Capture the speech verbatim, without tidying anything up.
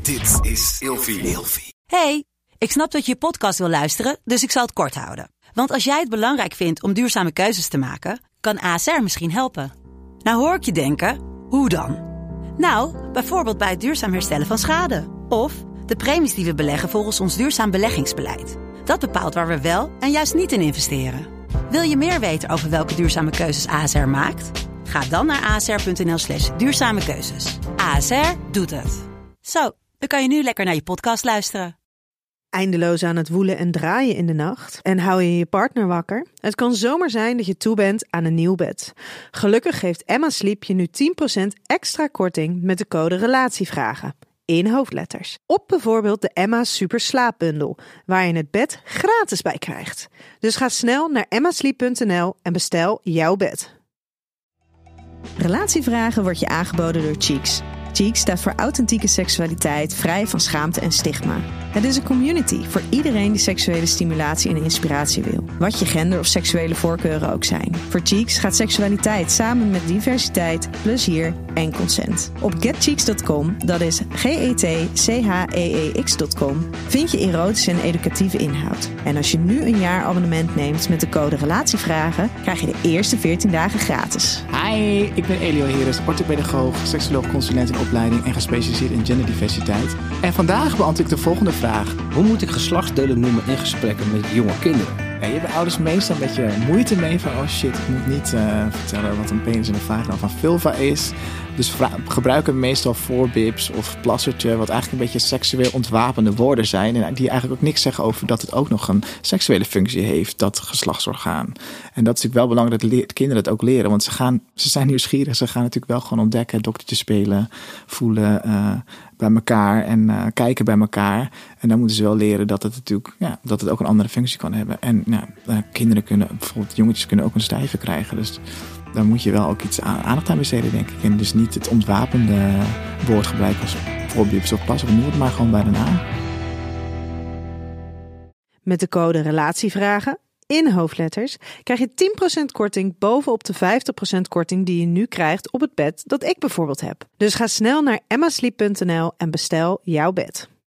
Dit is Ilfie. Hey, ik snap dat je je podcast wil luisteren, dus ik zal het kort houden. Want als jij het belangrijk vindt om duurzame keuzes te maken, kan A S R misschien helpen. Nou hoor ik je denken, hoe dan? Nou, bijvoorbeeld bij het duurzaam herstellen van schade. Of de premies die we beleggen volgens ons duurzaam beleggingsbeleid. Dat bepaalt waar we wel en juist niet in investeren. Wil je meer weten over welke duurzame keuzes A S R maakt? Ga dan naar asr.nl slash duurzame keuzes. A S R doet het. Zo, dan kan je nu lekker naar je podcast luisteren. Eindeloos aan het woelen en draaien in de nacht en hou je je partner wakker? Het kan zomaar zijn dat je toe bent aan een nieuw bed. Gelukkig geeft Emma Sleep je nu tien procent extra korting met de code RELATIEVRAGEN. In hoofdletters. Op bijvoorbeeld de Emma Super Slaapbundel, waar je het bed gratis bij krijgt. Dus ga snel naar emma sleep punt n l en bestel jouw bed. Relatievragen wordt je aangeboden door Cheeks. Cheeks staat voor authentieke seksualiteit, vrij van schaamte en stigma. Het is een community voor iedereen die seksuele stimulatie en inspiratie wil. Wat je gender of seksuele voorkeuren ook zijn. Voor Cheeks gaat seksualiteit samen met diversiteit, plezier en consent. Op get cheeks dot com, dat is G E T C H E E X dot com, vind je erotische en educatieve inhoud. En als je nu een jaar abonnement neemt met de code RELATIEVRAGEN, krijg je de eerste veertien dagen gratis. Hi, ik ben Elio Heres, orthopedagoog, seksuoloog, consulent in opleiding en gespecialiseerd in genderdiversiteit. En vandaag beantwoord ik de volgende vraag. Hoe moet ik geslachtsdelen noemen in gesprekken met jonge kinderen? Ja, hier hebben ouders meestal een beetje moeite mee van, oh shit, ik moet niet uh, vertellen wat een penis en een vagina van vulva is. Dus vra- gebruiken meestal voorbips of plassertje, wat eigenlijk een beetje seksueel ontwapende woorden zijn. En die eigenlijk ook niks zeggen over dat het ook nog een seksuele functie heeft, dat geslachtsorgaan. En dat is natuurlijk wel belangrijk dat le- kinderen het ook leren, want ze, gaan, ze zijn nieuwsgierig. Ze gaan natuurlijk wel gewoon ontdekken, doktertje spelen, voelen uh, bij elkaar en uh, kijken bij elkaar. En dan moeten ze wel leren dat het natuurlijk, ja, dat het ook een andere functie kan hebben. En nou, uh, kinderen kunnen, bijvoorbeeld jongetjes kunnen ook een stijve krijgen. Dus daar moet je wel ook iets aandacht aan besteden, denk ik. En dus niet het ontwapende woord gebruiken als voorbips of pas. Of noem het maar gewoon bij de naam. Met de code RELATIEVRAGEN, in hoofdletters, krijg je tien procent korting bovenop de vijftig procent korting die je nu krijgt op het bed dat ik bijvoorbeeld heb. Dus ga snel naar emma sleep punt n l en bestel jouw bed.